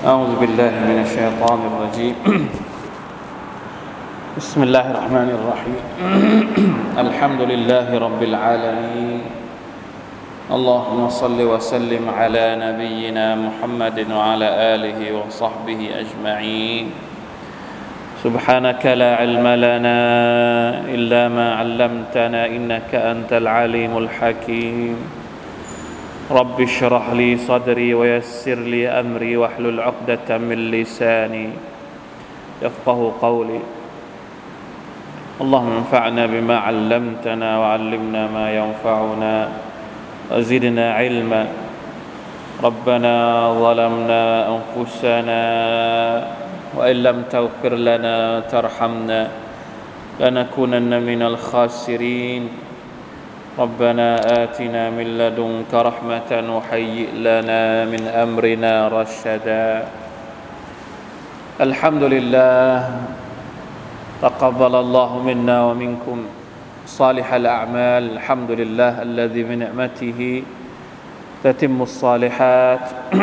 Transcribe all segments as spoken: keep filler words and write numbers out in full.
أعوذ بالله من الشيطان الرجيم بسم الله الرحمن الرحيم الحمد لله رب العالمين اللهم صل وسلم على نبينا محمد وعلى آله وصحبه أجمعين سبحانك لا علم لنا إلا ما علمتنا إنك أنت العليم الحكيم رب اشرح لي صدري ويسر لي أمري واحلل عقدة من لساني يفقه قولي اللهم انفعنا بما علمتنا وعلمنا ما ينفعنا وزدنا علما ربنا ظلمنا أنفسنا وإن لم تغفر لنا ترحمنا لنكونن من الخاسرين ربنا آتنا من لدنك رحمة وهيئ لنا من أمرنا رشدا الحمد لله تقبل الله منا ومنكم صالح الأعمال الحمد لله الذي بنعمته تتم الصالحات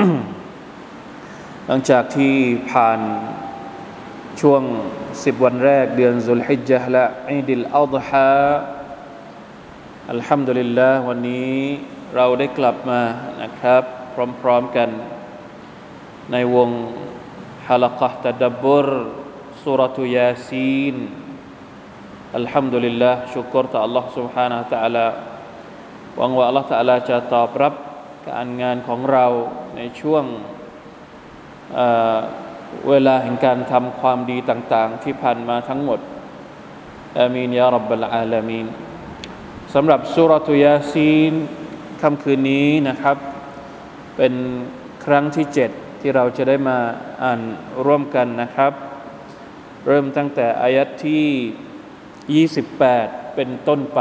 หลังจากที่ผ่านช่วงสิบวันแรกเดือนซุลฮิจญะห์และอีดุลอัฎฮาอัลฮัมดุลิลลาห์วันนี้เราได้กลับมานะครับพร้อมๆกันในวงฮะละกะห์ตะดับบุรซูเราะตุยาซีนอัลฮัมดุลิลลาห์ชุกรต่อ Allah Subhanahu Wa Taala หวังว่า Allah Taala จะตอบรับการงานของเราในช่วงเอ่อเวลาแห่งการทำความดีต่างๆที่ผ่านมาทั้งหมดอามีนยาร็อบบัลอาลามีนสำหรับซูเราะตุยาซีนค่ำคืนนี้นะครับเป็นครั้งที่เจ็ดที่เราจะได้มาอ่านร่วมกันนะครับเริ่มตั้งแต่อายะห์ที่ยี่สิบแปดเป็นต้นไป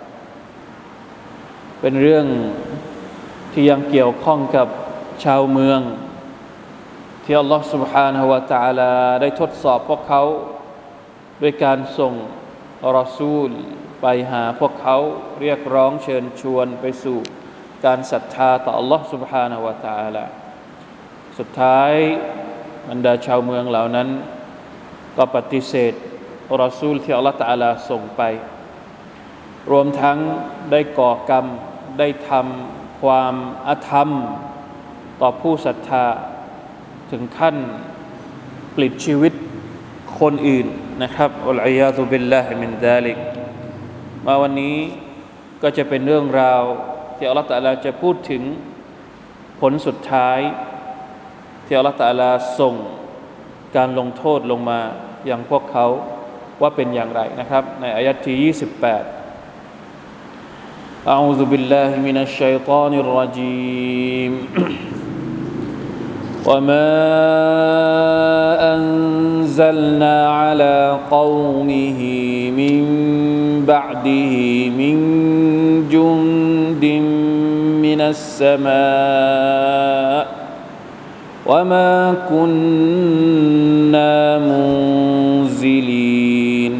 เป็นเรื่องที่ยังเกี่ยวข้องกับชาวเมืองที่อัลลอฮฺ سبحانه และ تعالى ได้ทดสอบพวกเขาด้วยการส่งรอซูลไปหาพวกเขาเรียกร้องเชิญชวนไปสู่การศรัทธาต่อ Allah Subhanahu Wa Taala สุดท้ายบรรดาชาวเมืองเหล่านั้นก็ปฏิเสธรอซูลที่ Allah Taala ส่งไปรวมทั้งได้ก่อกรรมได้ทำความอธรรมต่อผู้ศรัทธาถึงขั้นปลิดชีวิตคนอื่นนะครับอัลอียาซุบิลลาฮิมินซาลิกมาวันนี้ก็จะเป็นเรื่องราวที่อัลเลาะห์ตะอาลาจะพูดถึงผลสุดท้ายที่อัลเลาะห์ตะอาลาส่งการลงโทษลงมาอย่างพวกเขาว่าเป็นอย่างไรนะครับในอายะห์ที่ยี่สิบแปดอะอูซุบิลลาฮิมินัชชัยฏอนิรเราะญีมوما أنزلنا على قومه من بعده من جند من السماء وما كنا منزلين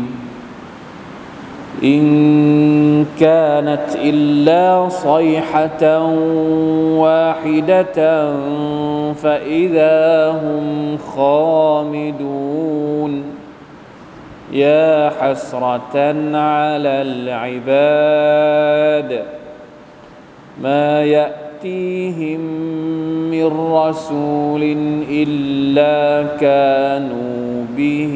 إن كانت إلا صيحة واحدة فإذا هم خامدون يا حسرة على العباد ما يأتيهم من رسول إلا كانوا به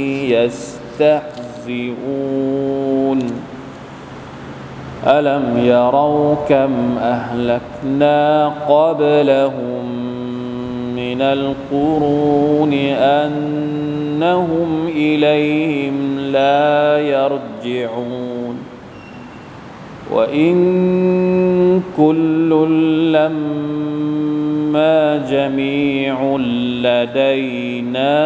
يستهزئون ألم يروا كم أهلكنا قبلهم من القرون أنهم إليهم لا يرجعون وإن كل لما جميع لدينا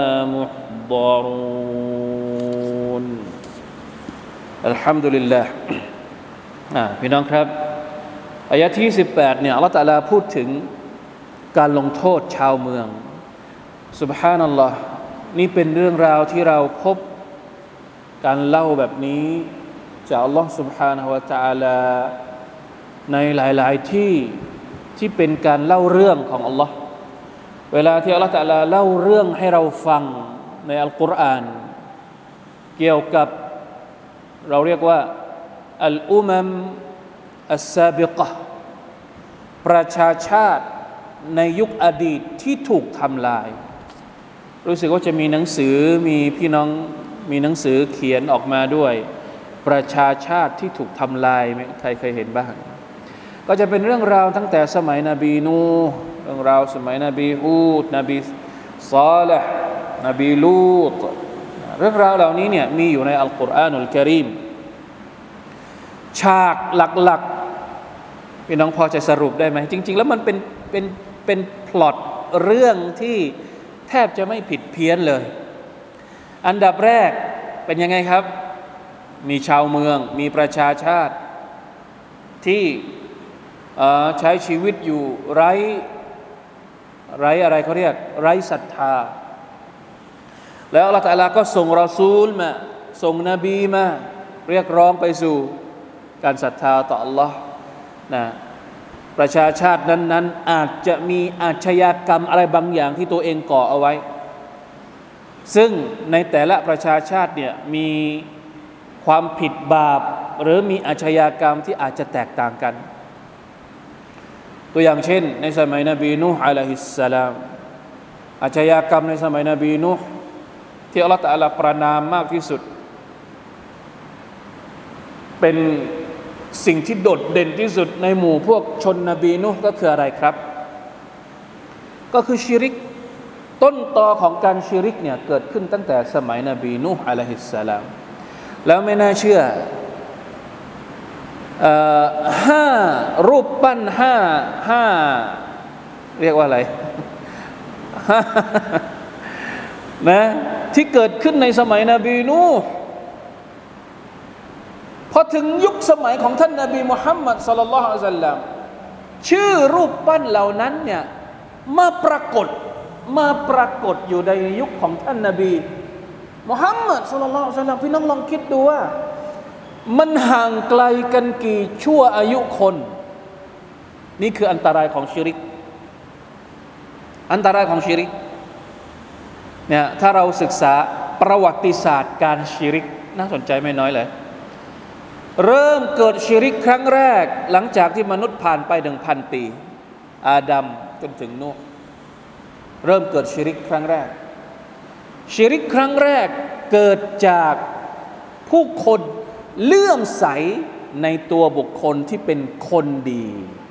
محضرون الحمد لله อ่าพี่น้องครับอายะห์ที่สิบแปดเนี่ยอัลเลาะห์ตะอาลาพูดถึงการลงโทษชาวเมืองซุบฮานัลลอฮ์นี่เป็นเรื่องราวที่เราพบการเล่าแบบนี้จากอัลลอฮ์ سبحانه และ تعالى ในหลายๆที่ที่เป็นการเล่าเรื่องของอัลลอฮ์เวลาที่อัลลอฮฺตะอาลาเล่าเรื่องให้เราฟังในอัลกุรอานเกี่ยวกับเราเรียกว่าอัลอุมัมอัสซาบิกะห์ประชาชาติในยุคอดีตที่ถูกทำลายรู้สึกว่าจะมีหนังสือมีพี่น้องมีหนังสือเขียนออกมาด้วยประชาชาติที่ถูกทำลายไหมใครเคยเห็นบ้างก็จะเป็นเรื่องราวตั้งแต่สมัยนบีนูห์เรื่องราวสมัยนบีฮูดนบีซอลิห์นบีลูตเรื่องราวเหล่านี้เนี่ยมีอยู่ในอัลกุรอานุลกะรีมฉากหลักๆพี่น้องพอจะสรุปได้ไหมจริงๆแล้วมันเป็นเป็นเป็นพล็อตเรื่องที่แทบจะไม่ผิดเพี้ยนเลยอันดับแรกเป็นยังไงครับมีชาวเมืองมีประชาชาติที่ใช้ชีวิตอยู่ไร้ไร้อะไรเขาเรียกไร้ศรัทธาแล้วอัลเลาะห์ตะอาลาก็ส่งรอซูลมาส่งนบีมาเรียกร้องไปสู่การศรัทธาต่ออัลลอฮ์นะประชาชาตินั้นๆอาจจะมีอาชญากรรมอะไรบางอย่างที่ตัวเองก่อเอาไว้ซึ่งในแต่ละประชาชาติเนี่ยมีความผิดบาปหรือมีอาชญากรรมที่อาจจะแตกต่างกันตัวอย่างเช่นในสมัยนบีนูห์อะลัยฮิสสลามอาชญากรรมในสมัยนบีนูห์ที่อัลเลาะห์ตะอาลาประณามมากที่สุดเป็นสิ่งที่โดดเด่นที่สุดในหมู่พวกชนนบีนูห์ก็คืออะไรครับก็คือชิริกต้นตอของการชิริกเนี่ยเกิดขึ้นตั้งแต่สมัยนบีนูห์อะลัยฮิสสลามแล้วไม่น่าเชื่อห้ารูปปั้นห้าห้าเรียกว่าอะไร นะที่เกิดขึ้นในสมัยนบีนูห์พอถึงยุคสมัยของท่านนบีมุฮัมมัดศ็อลลัลลอฮุอะลัยฮิวะซัลลัมชื่อรูปปั้นเหล่านั้นเนี่ยมาปรากฏมาปรากฏอยู่ในยุคของท่านนบีมุฮัมมัดศ็อลลัลลอฮุอะลัยฮิวะซัลลัมพี่น้องลองคิดดูว่ามันห่างไกลกันกี่ชั่วอายุคนนี่คืออันตรายของชิริกอันตรายของชิริกเนี่ยถ้าเราศึกษาประวัติศาสตร์การชิริกน่าสนใจไม่น้อยเลยเริ่มเกิดชิริกครั้งแรกหลังจากที่มนุษย์ผ่านไป หนึ่งพัน ปีอาดัมจนถึงนูห์เริ่มเกิดชิริกครั้งแรกชิริกครั้งแรกเกิดจากผู้คนเลื่อมใสในตัวบุคคลที่เป็นคนดี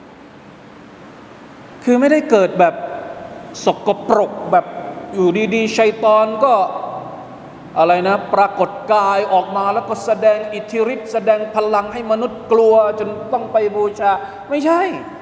คือไม่ได้เกิดแบบสกปรกแบบอยู่ดีๆชัยฏอนก็อะไรนะปรากฏกายออกมาแล้วก็แสดงอิทธิฤทธิ์แสดงพลังให้มนุษย์กลัวจนต้องไปบูชาไม่ใช่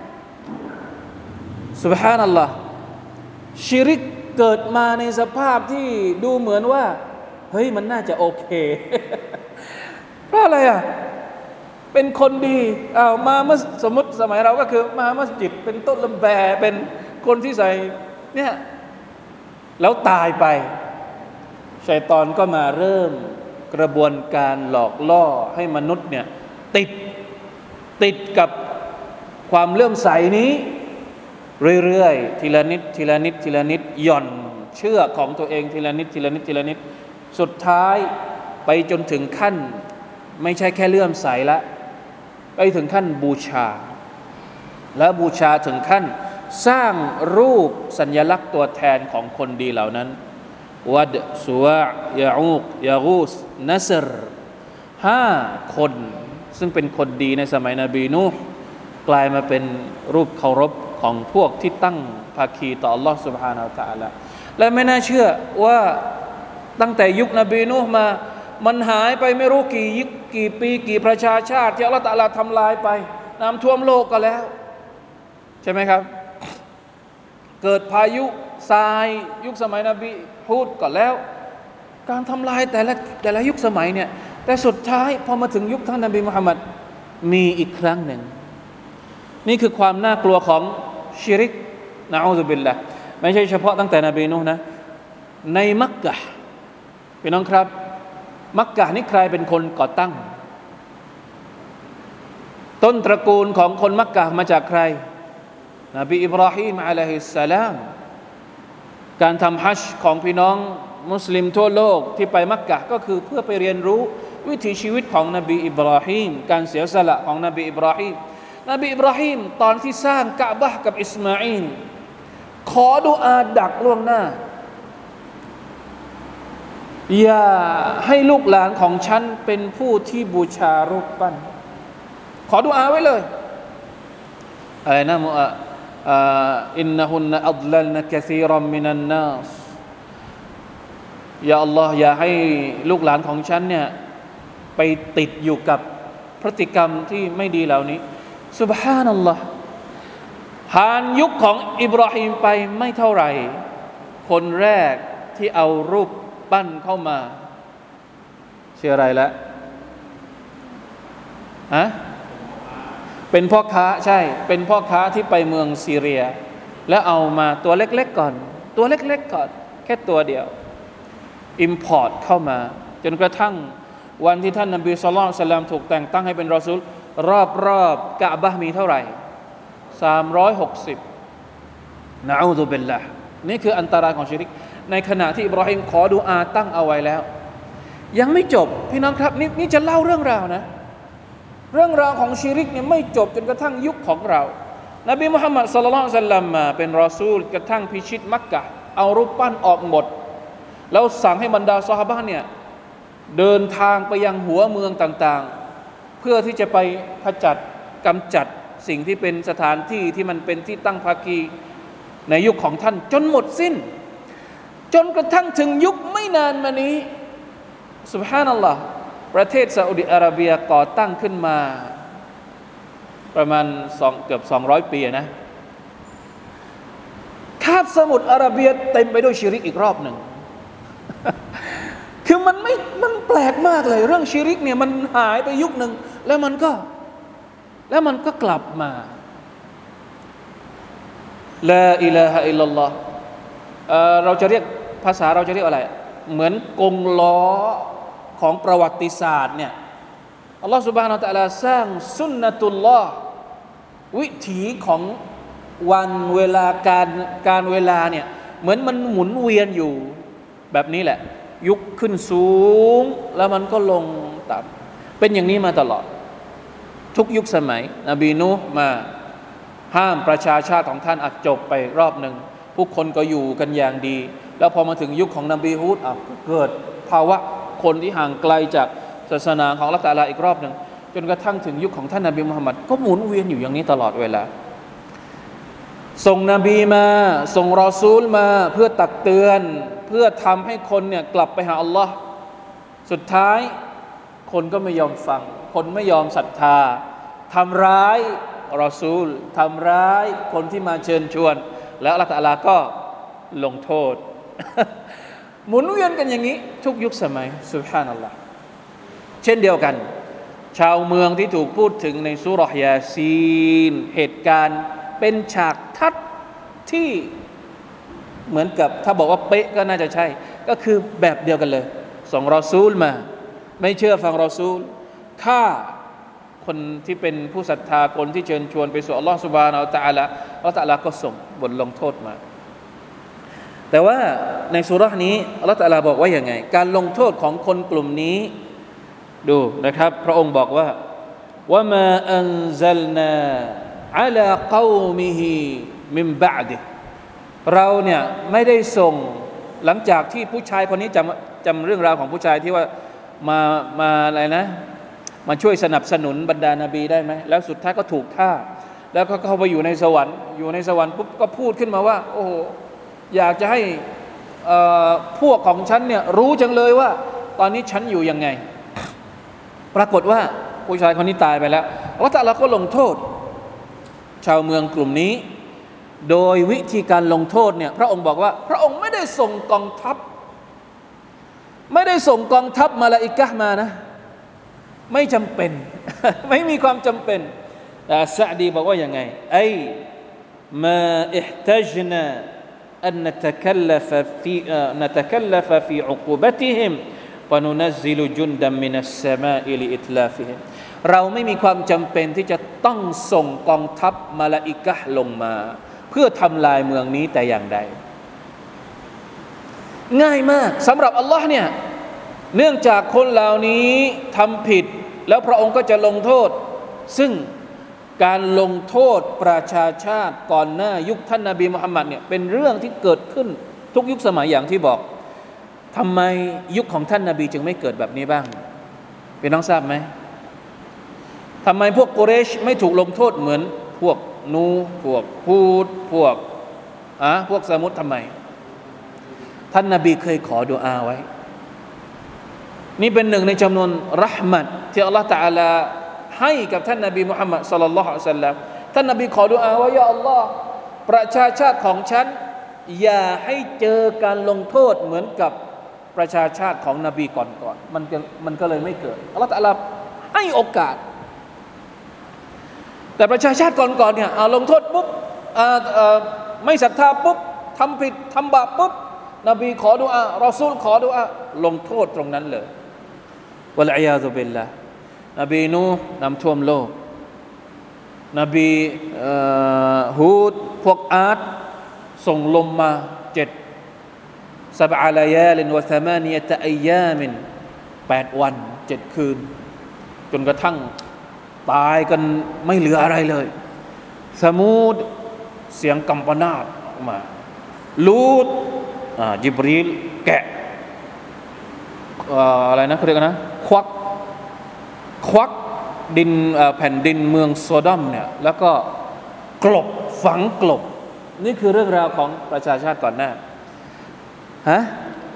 ซุบฮานัลลอฮ์ชิริกเกิดมาในสภาพที่ดูเหมือนว่าเฮ้ยมันน่าจะโอเคเพราะอะไรอ่ะเป็นคนดีอ้าวมามัสสมมติสมัยเราก็คือมามัสยิดเป็นต้นลำแบเป็นคนที่ใส่เนี่ยแล้วตายไปชัยฏอนก็มาเริ่มกระบวนการหลอกล่อให้มนุษย์เนี่ยติดติดกับความเลื่อมใสนี้เรื่อยๆทีละนิดทีละนิดทีละนิดหย่อนเชื่อของตัวเองทีละนิดทีละนิดทีละนิดสุดท้ายไปจนถึงขั้นไม่ใช่แค่เลื่อมใสละไปถึงขั้นบูชาและบูชาถึงขั้นสร้างรูปสัญลักษณ์ตัวแทนของคนดีเหล่านั้นวัดสุวะยาอูกยากูสนัสรห้าคนซึ่งเป็นคนดีในสมัยนบีนูห์กลายมาเป็นรูปเคารพของพวกที่ตั้งภาคีต่อ Allah سبحانه และ تعالى และไม่น่าเชื่อว่าตั้งแต่ยุคนบีนูห์มามันหายไปไม่รู้กี่ยุคกี่ปีกี่ประชาชาติที่อัลเลาะห์ตะอาลาทำลายไปน้ำท่วมโลกก็แล้วใช่ไหมครับเกิดพายุทรายยุคสมัยนบีฮูดก็แล้วการทำลายแต่ละแต่ละยุคสมัยเนี่ยแต่สุดท้ายพอมาถึงยุคท่านนบีมุฮัมมัดมีอีกครั้งหนึ่งนี่คือความน่ากลัวของชิริกนะอูซุบิลละห์ไม่ใช่เฉพาะตั้งแต่นบีนูห์นะในมักกะฮ์พี่น้องครับมักกะฮ์นี่ใครเป็นคนก่อตั้งต้นตระกูลของคนมักกะฮ์มาจากใครนบีอิบราฮีมอะลัยฮิสสลามการทำฮัจญ์ของพี่น้องมุสลิมทั่วโลกที่ไปมักกะฮ์ก็คือเพื่อไปเรียนรู้วิถีชีวิตของนบีอิบราฮิมการเสียสละของนบีอิบราฮิมนบีอิบราฮิมตอนที่สร้างกะบะห์กับอิสมาอีลขอดุอาดักล่วงหน้าอย่าให้ลูกหลานของฉันเป็นผู้ที่บูชารูปปั้นขอดุอาไว้เลยอะไรนะมุอะอินนะฮุนนะอัฎลัลนะกะซีรัมมินันนาสยาอัลลอฮ์อย่าให้ลูกหลานของฉันเนี่ยไปติดอยู่กับพฤติกรรมที่ไม่ดีเหล่านี้ซุบฮานัลลอฮ์ผ่านยุคของอิบราฮิมไปไม่เท่าไหร่คนแรกที่เอารูปปั้นเข้ามาชื่ออะไรละฮะเป็นพ่อค้าใช่เป็นพ่อค้าที่ไปเมืองซีเรียแล้วเอามาตัวเล็กๆก่อนตัวเล็กๆก่อนแค่ตัวเดียวอิมพอร์ตเข้ามาจนกระทั่งวันที่ท่านนบีศ็อลลัลลอฮุอะลัยฮิวะซัลลัมถูกแต่งตั้งให้เป็นรอซูลรอบๆกะบะห์มีเท่าไหร่สามร้อยหกสิบนะอูซุบิลลาห์นี่คืออันตรายของชิริกในขณะที่อิบราฮิมขอดุอาตั้งเอาไว้แล้วยังไม่จบพี่น้องครับนี่นี่จะเล่าเรื่องราวนะเรื่องราวของชิริกเนี่ยไม่จบจนกระทั่งยุคของเรานบีมุฮัมมัดศ็อลลัลลอฮุอะลัยฮิวะซัลลัมมาเป็นรอซูลกระทั่งพิชิตมักกะฮ์เอารูปปั้นออกหมดแล้วสั่งให้บรรดาซอฮาบะห์เนี่ยเดินทางไปยังหัวเมืองต่างๆเพื่อที่จะไปขจัดกำจัดสิ่งที่เป็นสถานที่ที่มันเป็นที่ตั้งภาคีในยุคของท่านจนหมดสิ้นจนกระทั่งถึงยุคไม่นานมานี้ซุบฮานัลลอฮ์ประเทศซาอุดิอาระเบียก่อตั้งขึ้นมาประมาณสองเกือบสองร้อยปีนะคาบสมุทรอาระเบียเต็มไปด้วยชิริกอีกรอบหนึ่ง คือมันไม่มันแปลกมากเลยเรื่องชิริกเนี่ยมันหายไปยุคหนึ่งแล้วมันก็แล้วมันก็กลับมาลาอิลาฮะอิลลัลลอฮ์เอ่อเราจะเรียกภาษาเราจะเรียกอะไรเหมือนกงล้อของประวัติศาสตร์เนี่ยอัลลอฮฺ سبحانه และ تعالى สร้างสุนนะตุลลอฮ์วิถีของวันเวลาการการเวลาเนี่ยเหมือนมันหมุนเวียนอยู่แบบนี้แหละยุคขึ้นสูงแล้วมันก็ลงต่ำเป็นอย่างนี้มาตลอดทุกยุคสมัยนบีนูห์มาห้ามประชาชาติของท่านอัดจบไปรอบหนึ่งผู้คนก็อยู่กันอย่างดีแล้วพอมาถึงยุคของนบีฮูดอ่ะเกิดภาวะคนที่ห่างไกลจากศาสนาของอัลเลาะห์ตะอาลาอีกรอบหนึ่งจนกระทั่งถึงยุคของท่านนบีมุฮัมมัดก็หมุนเวียนอยู่อย่างนี้ตลอดเวลาส่งนบีมาส่งรอซูลมาเพื่อตักเตือนเพื่อทำให้คนเนี่ยกลับไปหาอัลลอฮ์สุดท้ายคนก็ไม่ยอมฟังคนไม่ยอมศรัทธาทำร้ายรอซูลทำร้ายคนที่มาเชิญชวนแล้วอัลเลาะห์ตะอาลาก็ลงโทษ หมุนเวียนกันอย่างนี้ทุกยุคสมัยซุบฮานัลลอฮ์เช่นเดียวกันชาวเมืองที่ถูกพูดถึงในซูเราะห์ยาซีนเหตุการณ์เป็นฉากทัศน์ที่เหมือนกับถ้าบอกว่าเป๊ะก็น่าจะใช่ก็คือแบบเดียวกันเลยส่งรอซูลมาไม่เชื่อฟังรอซูลฆ่าคนที่เป็นผู้ศรัทธาคนที่เชิญชวนไปสู่อัลลอฮฺซุบฮานะฮูวะตะอาลาอัลลอฮฺตะอาลาก็ส่งบทลงโทษมาแต่ว่าในซูเราะห์นี้อัลลอฮฺตะอาลาบอกว่าอย่างไงการลงโทษของคนกลุ่มนี้ดูนะครับพระองค์บอกว่าวะมาอันซัลนาอะลาเกามิฮิมินบะอดิเราเนี่ยไม่ได้ส่งหลังจากที่ผู้ชายคนนี้จำจำเรื่องราวของผู้ชายที่ว่ามามาอะไรนะมาช่วยสนับสนุนบรรดานบีได้ไหมแล้วสุดท้ายก็ถูกฆ่าแล้วก็เข้าไปอยู่ในสวรรค์อยู่ในสวรรค์ปุ๊บก็พูดขึ้นมาว่าโอ้โหอยากจะให้พวกของฉันเนี่ยรู้จังเลยว่าตอนนี้ฉันอยู่ยังไงปรากฏว่าผู้ชายคนนี้ตายไปแล้วอัลเลาะห์ตะอาลาก็ลงโทษชาวเมืองกลุ่มนี้โดยวิธีการลงโทษเนี่ยพระองค์บอกว่าพระองค์ไม่ได้ส่งกองทัพไม่ได้ส่งกองทัพมลาอิกะฮ์มานะไม่จำเป็น ไม่มีความจำเป็นแต่ซะดีบอกว่าอย่างไงไอมาอิห์ตัจนาอันนตะคัลลฟฟีนตะคัลลฟฟีอุกุบะติฮิมฟะนุนัซซิลุจุนดัมมินัสสมาอิลิอิตลาฟิฮิมเราไม่มีความจำเป็นที่จะต้องส่งกองทัพมลาอิกะฮ์ลงมาเพื่อทำลายเมืองนี้แต่อย่างใดง่ายมากสำหรับอัลลอฮ์เนี่ยเนื่องจากคนเหล่านี้ทำผิดแล้วพระองค์ก็จะลงโทษซึ่งการลงโทษประชาชาติก่อนหน้ายุคท่านนบีมุฮัมมัดเนี่ยเป็นเรื่องที่เกิดขึ้นทุกยุคสมัยอย่างที่บอกทำไมยุคของท่านนบีจึงไม่เกิดแบบนี้บ้างพี่น้องทราบไหมทำไมพวกกุเรชไม่ถูกลงโทษเหมือนพวกนูพวกฮูดพวกอ่ะพวกสมุททำไมท่านนบีเคยขอดุอาไว้นี่เป็นหนึ่งในจำนวนเราะห์มัตที่อัลลอฮฺตะอาลาให้กับท่านนบีมุฮัมมัดศ็อลลัลลอฮุอะลัยฮิวะซัลลัมท่านนบีขอดุอาว่ายาอัลลอฮ์ประชาชาติของฉันอย่าให้เจอการลงโทษเหมือนกับประชาชาติของนบีก่อนๆมันก็มันก็เลยไม่เกิดอัลลอฮฺตะอาลาให้โอกาสแต่ประชาชาติก่อนๆเนี่ยเอาลงโทษปุ๊บไม่ศรัทธาปุ๊บทำผิดทำบาปปุ๊บนบีขอดุอารอซูลขอดุอาลงโทษตรงนั้นเลยวะลัยยาซุบิลลาห์นบีนูห์นำท่วมโลกนบีฮูดพวกอาดส่งลมมาเจ็ดซับอะลายาลินวะซะมานียะตะอัยยามินแปดวันเจ็ดคืนจนกระทั่งตายกันไม่เหลืออะไรเลยสมูดเสียงกัมปนาตออกมาลูตอ่าจิบรีลแกะอะไรนะเขาเรียกนะควักควักดินแผ่นดินเมืองโซดอมเนี่ยแล้วก็กลบฝังกลบนี่คือเรื่องราวของประชาชาติก่อนหน้าฮะ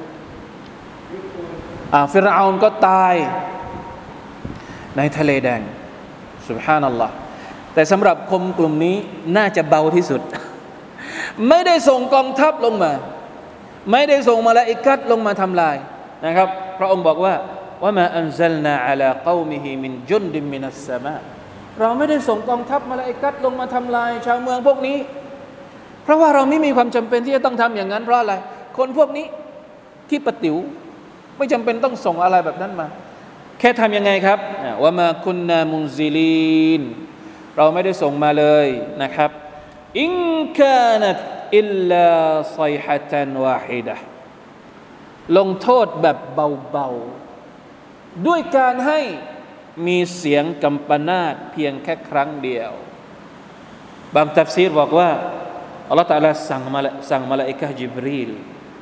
อ่าฟิรเอานก็ตายในทะเลแดงซุบฮานัลลอฮ์แต่สำหรับคนกลุ่มนี้น่าจะเบาที่สุดไม่ได้ส่งกองทัพลงมาไม่ได้ส่งมลาอิกัตลงมาทำลายนะครับพระองค์บอกว่าว่ามาอันซัลนาอะลากอมิฮิมินจุนดิมมินัสสมาเราไม่ได้ส่งกองทัพมลาอิกัตลงมาทำลายชาวเมืองพวกนี้เพราะว่าเราไม่มีความจำเป็นที่จะต้องทำอย่างนั้นเพราะอะไรคนพวกนี้ที่ปะติ๋วไม่จำเป็นต้องส่งอะไรแบบนั้นมาแค่ทำยังไงครับว่ามาคุนนามุนซิลีนเราไม่ได้ส่งมาเลยนะครับอินกานัตอิลลาไซฮะตันวาฮิดะห์ลงโทษแบบเบาๆด้วยการให้มีเสียงกัมปนาตเพียงแค่ครั้งเดียวบางตัฟซีรบอกว่าอัลลอฮฺตะอาลาสั่งมาสั่งมลาอิกะฮ์ญิบรีล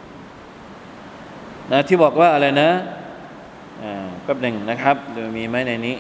นะที่บอกว่าอะไรนะอ่าแป๊บหนึ่งนะครับเดี๋ยวมีไหมในนี้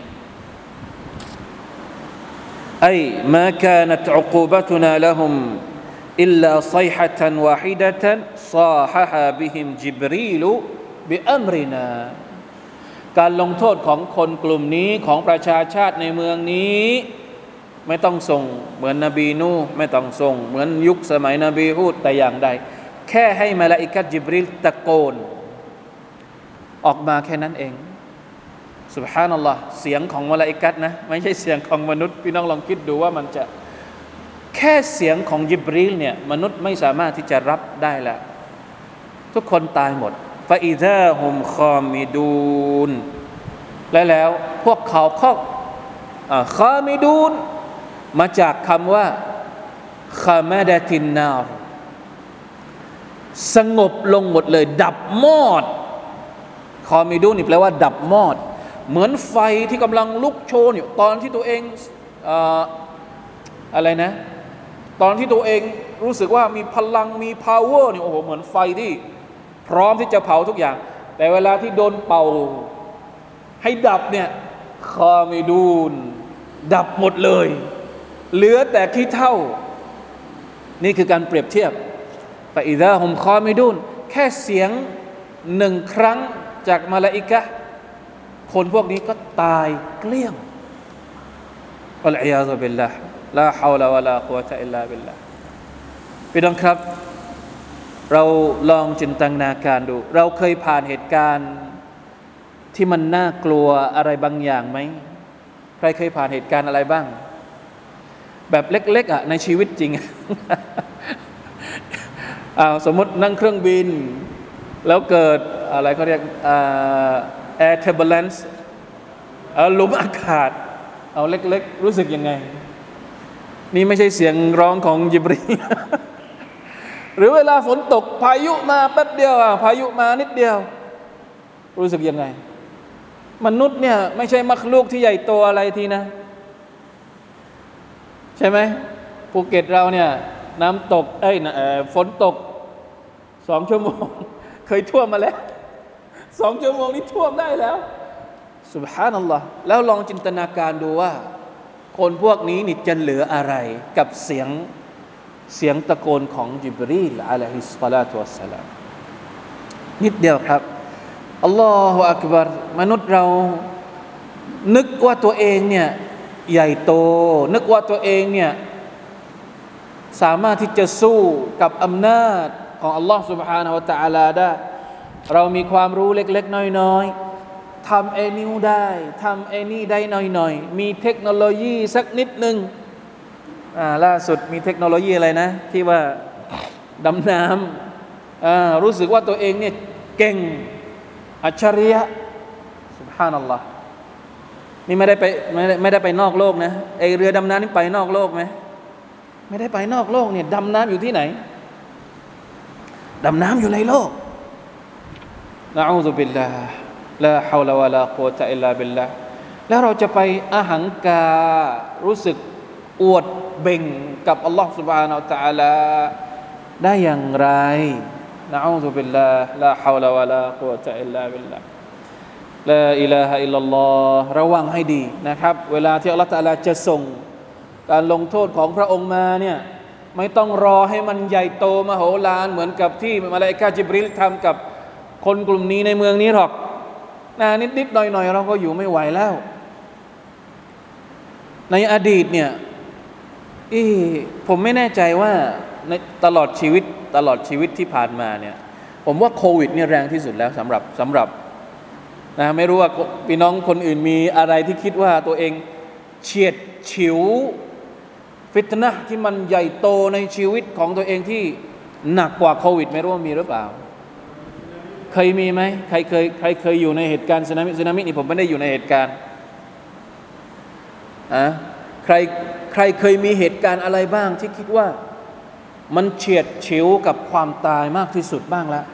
ไอ้มาคานัตอุกูบะตุนาละฮุมอิลลาซัยฮะตันวาฮิดะตันซาฮะฮะบิฮิมญิบรีลบิอัมรินาการลงโทษของคนกลุ่มนี้ของประชาชาติในเมืองนี้ไม่ต้องส่งเหมือนนบีนูห์ไม่ต้องส่งเหมือนยุคสมัยนบีฮูดแต่อย่างใดแค่ให้มลาอิกะฮ์ญิบรีลตะโกนออกมาแค่นั้นเองซุบฮานัลลอฮ์เสียงของมลาอิกะฮ์นะไม่ใช่เสียงของมนุษย์พี่น้องลองคิดดูว่ามันจะแค่เสียงของญิบรีลเนี่ยมนุษย์ไม่สามารถที่จะรับได้แล้วทุกคนตายหมดฟาอิซาฮุมคอมิดูนและแล้วพวกเขาก็คอมิดูนมาจากคำว่าคามาดะตินนาร์สงบลงหมดเลยดับมอดคอมิดูนนี่แปลว่าดับมอดเหมือนไฟที่กำลังลุกโชนอยู่ตอนที่ตัวเองเอ่ออะไรนะตอนที่ตัวเองรู้สึกว่ามีพลังมี power เนี่ยโอ้โหเหมือนไฟที่พร้อมที่จะเผาทุกอย่างแต่เวลาที่โดนเป่าให้ดับเนี่ยคอมิดูนดับหมดเลยเหลือแต่ขี้เถ้านี่คือการเปรียบเทียบฟาอิซาฮุมคอมิดูนแค่เสียงหนึ่งครั้งจากมลาอิกะฮ์คนพวกนี้ก็ตายเกลี้ยงอัลอียาซุบิลลาห์ลาฮาวลาวะลากุวะตะอิลลาบิลลาห์พี่น้องครับเราลองจินตนาการดูเราเคยผ่านเหตุการณ์ที่มันน่ากลัวอะไรบางอย่างไหมใครเคยผ่านเหตุการณ์อะไรบ้างแบบเล็กๆอ่ะในชีวิตจริง อ้าวสมมตินั่งเครื่องบินแล้วเกิดอะไรเขาเรียกแอร์เทอร์เบเลนซ์ลมอากาศเอาเล็กๆรู้สึกยังไงนี่ไม่ใช่เสียงร้องของญิบรีลหรือเวลาฝนตกพายุมาแป๊บเดียวอ่ะพายุมานิดเดียวรู้สึกยังไงมนุษย์เนี่ยไม่ใช่มักลูกที่ใหญ่โตอะไรทีนะใช่ไหมภูเก็ตเราเนี่ยน้ำตกเอ้ยฝนตกสองชั่วโมงเคยท่วมมาแล้วสองชั่วโมงนี้ท่วมได้แล้วซุบฮานัลลอฮ์แล้วลองจินตนาการดูว่าคนพวกนี้นี่จะเหลืออะไรกับเสียงเสียงตะโกนของญิบรีลอะลัยฮิสศอลาตุวัสสลามนิดเดียวครับอัลลอฮฺอักบัรมนุษย์เรานึกว่าตัวเองเนี่ยใหญ่โตนึกว่าตัวเองเนี่ยสามารถที่จะสู้กับอำนาจของอัลลอฮฺ سبحانه และ تعالى ได้เรามีความรู้เล็กๆน้อยๆทำไอ้นิ้วได้ทำไอ้นี่ได้หน่อยๆมีเทคโนโลยีสักนิดนึงอ่าล่าสุดมีเทคโนโลยีอะไรนะที่ว่าดำน้ำอ่ารู้สึกว่าตัวเองเนี่ยเก่งอัจฉริยะซุบฮานัลลอฮ์นี่ไม่ได้ไปไม่ได้ไม่ได้ไปนอกโลกนะไอเรือดำน้ำนี่ไปนอกโลกไหมไม่ได้ไปนอกโลกเนี่ยดำน้ำอยู่ที่ไหนดำน้ำอยู่ในโลกนะอูซุบิลลาห์ลาฮาวลาวะลากุวะตะอิลลาบิลลาห์แล้วเราจะไปอาหังการรู้สึกอวดเบ่งกับอัลลอฮฺ سبحانه และ تعالى ได้อย่างไรนะอูซุบิลลาห์ลาฮาวลาวะลากุวะตะอิลลาบิลลาห์ลาอิลาฮะอิลลัลลอฮ์ระวังให้ดีนะครับเวลาที่อัลลอฮฺ تعالى จะส่งการลงโทษของพระองค์มาเนี่ยไม่ต้องรอให้มันใหญ่โตมโหฬารเหมือนกับที่มลาอิกะฮ์ญิบรีลทำกับคนกลุ่มนี้ในเมืองนี้หรอกนะนิดๆหน่อยๆเราก็อยู่ไม่ไหวแล้วในอดีตเนี่ยอีผมไม่แน่ใจว่าในตลอดชีวิตตลอดชีวิตที่ผ่านมาเนี่ยผมว่าโควิดเนี่ยแรงที่สุดแล้วสำหรับสำหรับนะไม่รู้ว่าพี่น้องคนอื่นมีอะไรที่คิดว่าตัวเองเฉียดฉิวฟิตนะห์ที่มันใหญ่โตในชีวิตของตัวเองที่หนักกว่าโควิดไม่รู้ว่ามีหรือเปล่าเคยมีไหมใครเคยใครเคยอยู่ในเหตุการณ์สึนามิสึนามินี่ผมไม่ได้อยู่ในเหตุการณ์อะใครใครเคยมีเหตุการณ์อะไรบ้างที่คิดว่ามันเฉียดฉิวกับความตายมากที่สุดบ้างละ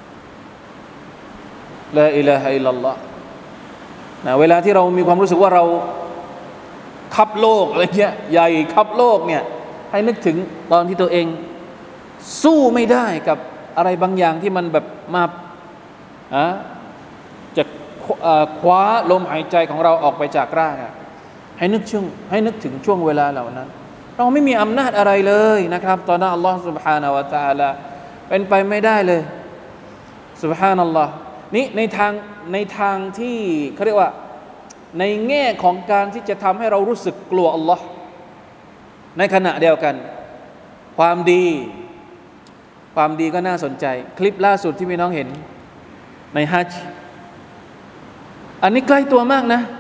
ลาอิลาฮะอิลลัลลอฮ์นะเวลาที่เรามีความรู้สึกว่าเราคับโลกอะไรเงี้ยใหญ่คับโลกเนี่ยให้นึกถึงตอนที่ตัวเองสู้ไม่ได้กับอะไรบางอย่างที่มันแบบมาอะจะคว้าลมหายใจของเราออกไปจากร่างให้นึกช่วงให้นึกถึงช่วงเวลาเหล่านั้นเราไม่มีอำนาจอะไรเลยนะครับตอนนั้นอัลลอฮฺ سبحانه และ تعالى เป็นไปไม่ได้เลย سبحان อัลลอฮ์นี่ในทางในทางที่เขาเรียกว่าในแง่ของการที่จะทำให้เรารู้สึกกลัวอัลลอฮ์ในขณะเดียวกันความดีความดีก็น่าสนใจคลิปล่าสุดที่พี่น้องเห็นในฮัจญ์อันนี้ใกล้ตัวมากนะ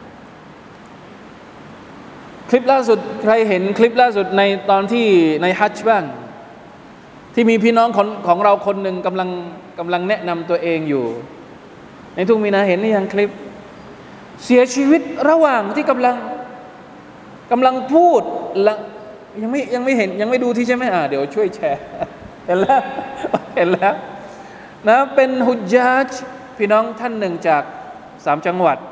คลิปล่าสุดใครเห็นคลิปล่าสุดในตอนที่ในฮัจญ์บ้างที่มีพี่น้องของของเราคนหนึ่งกำลังกำลังแนะนำตัวเองอยู่ในทุ่งมีนาเห็นหรือยังคลิปเสียชีวิตระหว่างที่กำลังกำลังพูดยังไม่ยังไม่เห็นยังไม่ดูที่ใช่ไหมอ่าเดี๋ยวช่วยแชร์เห็นแล้วเห็นแล้วนะเป็นฮุจญาจพี่น้องท่านหนึ่งจากสามจังหวัด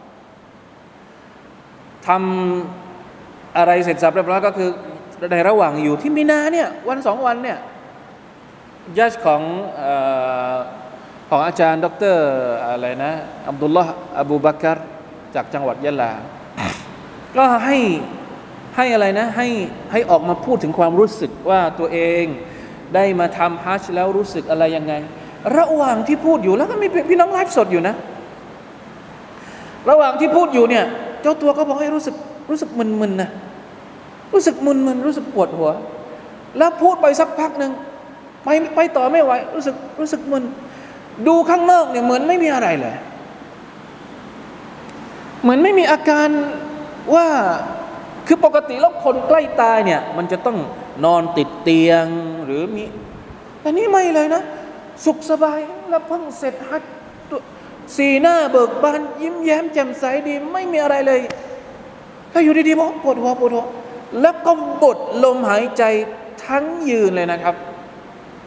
ทำอะไรเสร็จสับเรียบร้อยก็คือในระหว่างอยู่ที่มีนาเนี่ยวันสองวันเนี่ยญาติของเอ่อของอาจารย์ดรอะไรนะอับดุลลอฮ์อบูบักรจากจังหวัดยะลาก็ให้ให้อะไรนะให้ให้ออกมาพูดถึงความรู้สึกว่าตัวเองได้มาทำฮัจญ์แล้วรู้สึกอะไรยังไงระหว่างที่พูดอยู่แล้วก็มีพี่น้องไลฟ์สดอยู่นะระหว่างที่พูดอยู่เนี่ยเจ้าตัวก็บอกให้รู้สึกรู้สึกมึนๆนะรู้สึกมึนๆรู้สึกปวดหัวแล้วพูดไปสักพักนึงไปไปต่อไม่ไหวรู้สึกรู้สึกมึนดูข้างนอกเนี่ยเหมือนไม่มีอะไรเลยเหมือนไม่มีอาการว่าคือปกติแล้วคนใกล้ตายเนี่ยมันจะต้องนอนติดเตียงหรือมีแต่นี่ไม่เลยนะสุขสบายแล้วเพิ่งเสร็จฮัจญ์สีหน้าเบิกบานยิ้มแย้มแจ่มใสดีไม่มีอะไรเลยถ้าอยู่ดีๆบอกปวดหัวปวดหัวแล้วก็บดลมหายใจทั้งยืนเลยนะครับ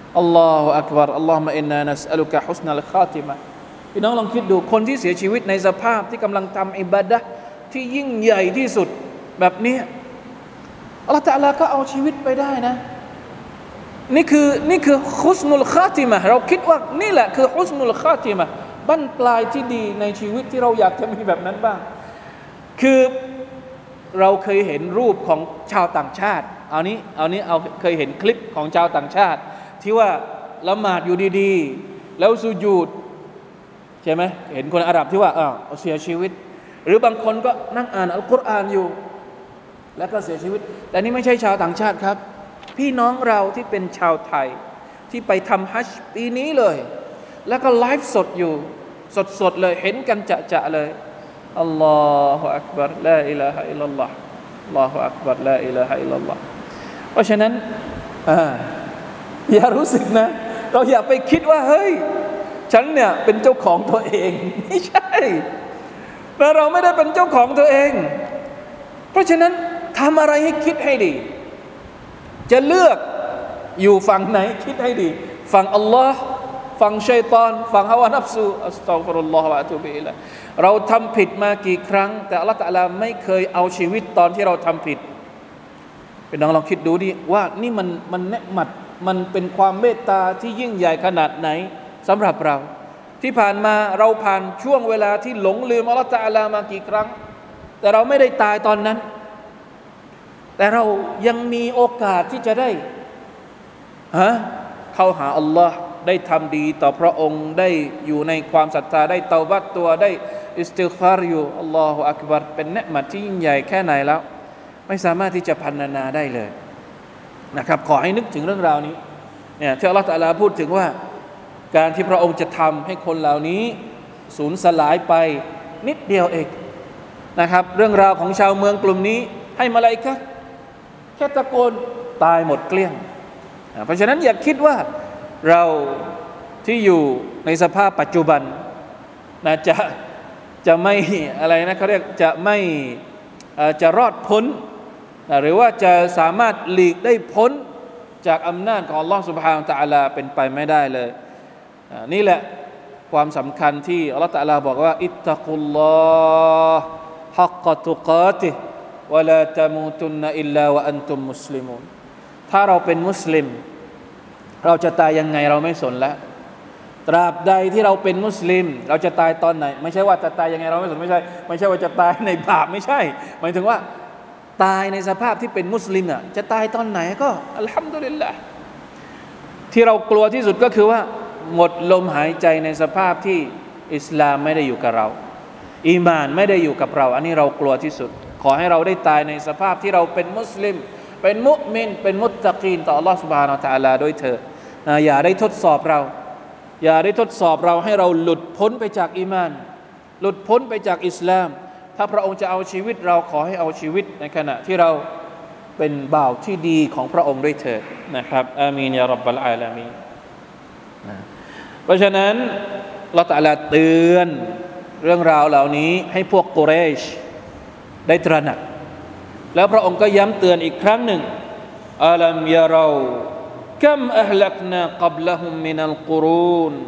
อัลลอฮฺอักบัรอัลลอฮฺมะอินนานัสอัลุกะฮุสนัลคาติมะพี่น้องลองคิดดูคนที่เสียชีวิตในสภาพที่กำลังทำอิบาดะห์ที่ยิ่งใหญ่ที่สุดแบบนี้อัลลอฮฺตะอาลาก็เอาชีวิตไปได้นะนี่คือนี่คือฮุสนุลคาติมะเราคิดว่านี่แหละคือฮุสนุลคาติมะบั้นปลายที่ดีในชีวิตที่เราอยากจะมีแบบนั้นบ้างคือเราเคยเห็นรูปของชาวต่างชาติเอานี้เอานี้เอาเคยเห็นคลิปของชาวต่างชาติที่ว่าละหมาดอยู่ดีๆแล้วสุญูดใช่ไหมเห็นคนอาหรับที่ว่าอ้าวเสียชีวิตหรือบางคนก็นั่งอ่านอัลกุรอานอยู่แล้วก็เสียชีวิตแต่นี่ไม่ใช่ชาวต่างชาติครับพี่น้องเราที่เป็นชาวไทยที่ไปทำฮัจญ์ปีนี้เลยแล้วก็ไลฟ์สดอยู่สดๆเลยเห็นกันจะๆเลยอัลลอฮฺอักบัรลาอิลาฮะอิลลัลลอฮฺอัลลอฮฺอักบัรลาอิลาฮะอิลลัลลอฮฺเพราะฉะนั้นอ่าอย่ารู้สึกนะเราอย่าไปคิดว่าเฮ้ยฉันเนี่ยเป็นเจ้าของตัวเองไม่ใช่แต่เราไม่ได้เป็นเจ้าของตัวเองเพราะฉะนั้นทำอะไรให้คิดให้ดีจะเลือกอยู่ฝั่งไหนคิดให้ดีฝั่งอัลลอฮ์ฝั่งชัยฏอนฝั่งฮาวานัฟซูอัสตัฆฟิรุลลอฮฺวะอะตูบิอิลัยฮิเราทำผิดมากี่ครั้งแต่อัลลอฮฺตะอาลาไม่เคยเอาชีวิตตอนที่เราทำผิดเป็นน้องลองคิดดูดิว่านี่มันมันเนืมัดมันเป็นความเมตตาที่ยิ่งใหญ่ขนาดไหนสำหรับเราที่ผ่านมาเราผ่านช่วงเวลาที่หลงลืมอัลลอฮฺตะอาลามากี่ครั้งแต่เราไม่ได้ตายตอนนั้นแต่เรายังมีโอกาสที่จะได้ฮะเข้าหาอัลลอฮ์ได้ทำดีต่อพระองค์ได้อยู่ในความศรัทธาได้เตาบัตตัวได้อิสติฆฟารอยู่อัลลอฮฺอักบัรเป็นเนืมัดที่ยิ่งใหญ่แค่ไหนแล้วไม่สามารถที่จะพรรณนาได้เลยนะครับขอให้นึกถึงเรื่องราวนี้เนี่ยที่อัลลอฮฺตะอาลาพูดถึงว่าการที่พระองค์จะทำให้คนเหล่านี้สูญสลายไปนิดเดียวเองนะครับเรื่องราวของชาวเมืองกลุ่มนี้ให้มลาอิกะฮ์แค่ตะโกนตายหมดเกลี้ยงเพราะฉะนั้นอย่าคิดว่าเราที่อยู่ในสภาพปัจจุบันนะจะจะไม่อะไรนะเขาเรียกจะไม่จะรอดพ้นหรือว่าจะสามารถหลีกได้พ้นจากอำนาจของอัลลอฮฺ سبحانه และ تعالى เป็นไปไม่ได้เลยนี่แหละความสำคัญที่อัลลอฮฺ تعالى บอกว่าอิตตักุลลอฮฺฮักกะตุกาติฮ์วะลาตะมูตุนอิลลาวะอันตุมมุสลิมูนถ้าเราเป็นมุสลิมเราจะตายยังไงเราไม่สนแล้วตราบใดที่เราเป็นมุสลิมเราจะตายตอนไหนไม่ใช่ว่าจะตายยังไงเราไม่สนไม่ใช่ไม่ใช่ว่าจะตายในบาปไม่ใช่หมายถึงว่าตายในสภาพที่เป็นมุสลิมน่ะจะตายตอนไหนก็อัลฮัมดุลิลลาห์ที่เรากลัวที่สุดก็คือว่าหมดลมหายใจในสภาพที่อิสลามไม่ได้อยู่กับเราอีหม่านไม่ได้อยู่กับเราอันนี้เรากลัวที่สุดขอให้เราได้ตายในสภาพที่เราเป็นมุสลิมเป็นมุมินเป็นมุตตะกีนต่ออัลลอฮฺ سبحانه และ تعالى ด้วยเถิดอย่าได้ทดสอบเราอย่าได้ทดสอบเราให้เราหลุดพ้นไปจากอีมานหลุดพ้นไปจากอิสลามถ้าพระองค์จะเอาชีวิตเราขอให้เอาชีวิตในขณะที่เราเป็นบ่าวที่ดีของพระองค์ด้วยเถิดนะครับอามีนยาร็อบบัลอาลามีนเพราะฉะนั้นอัลเลาะห์ตะอาลาเตือนเรื่องราวเหล่านี้ให้พวกกุเรชได้ตระหนักแล้วพระองค์ก็ย้ำเตือนอีกครั้งหนึ่งอัลัมยะเรากัมอัฮลักนากับละฮุมมินัลกุรูน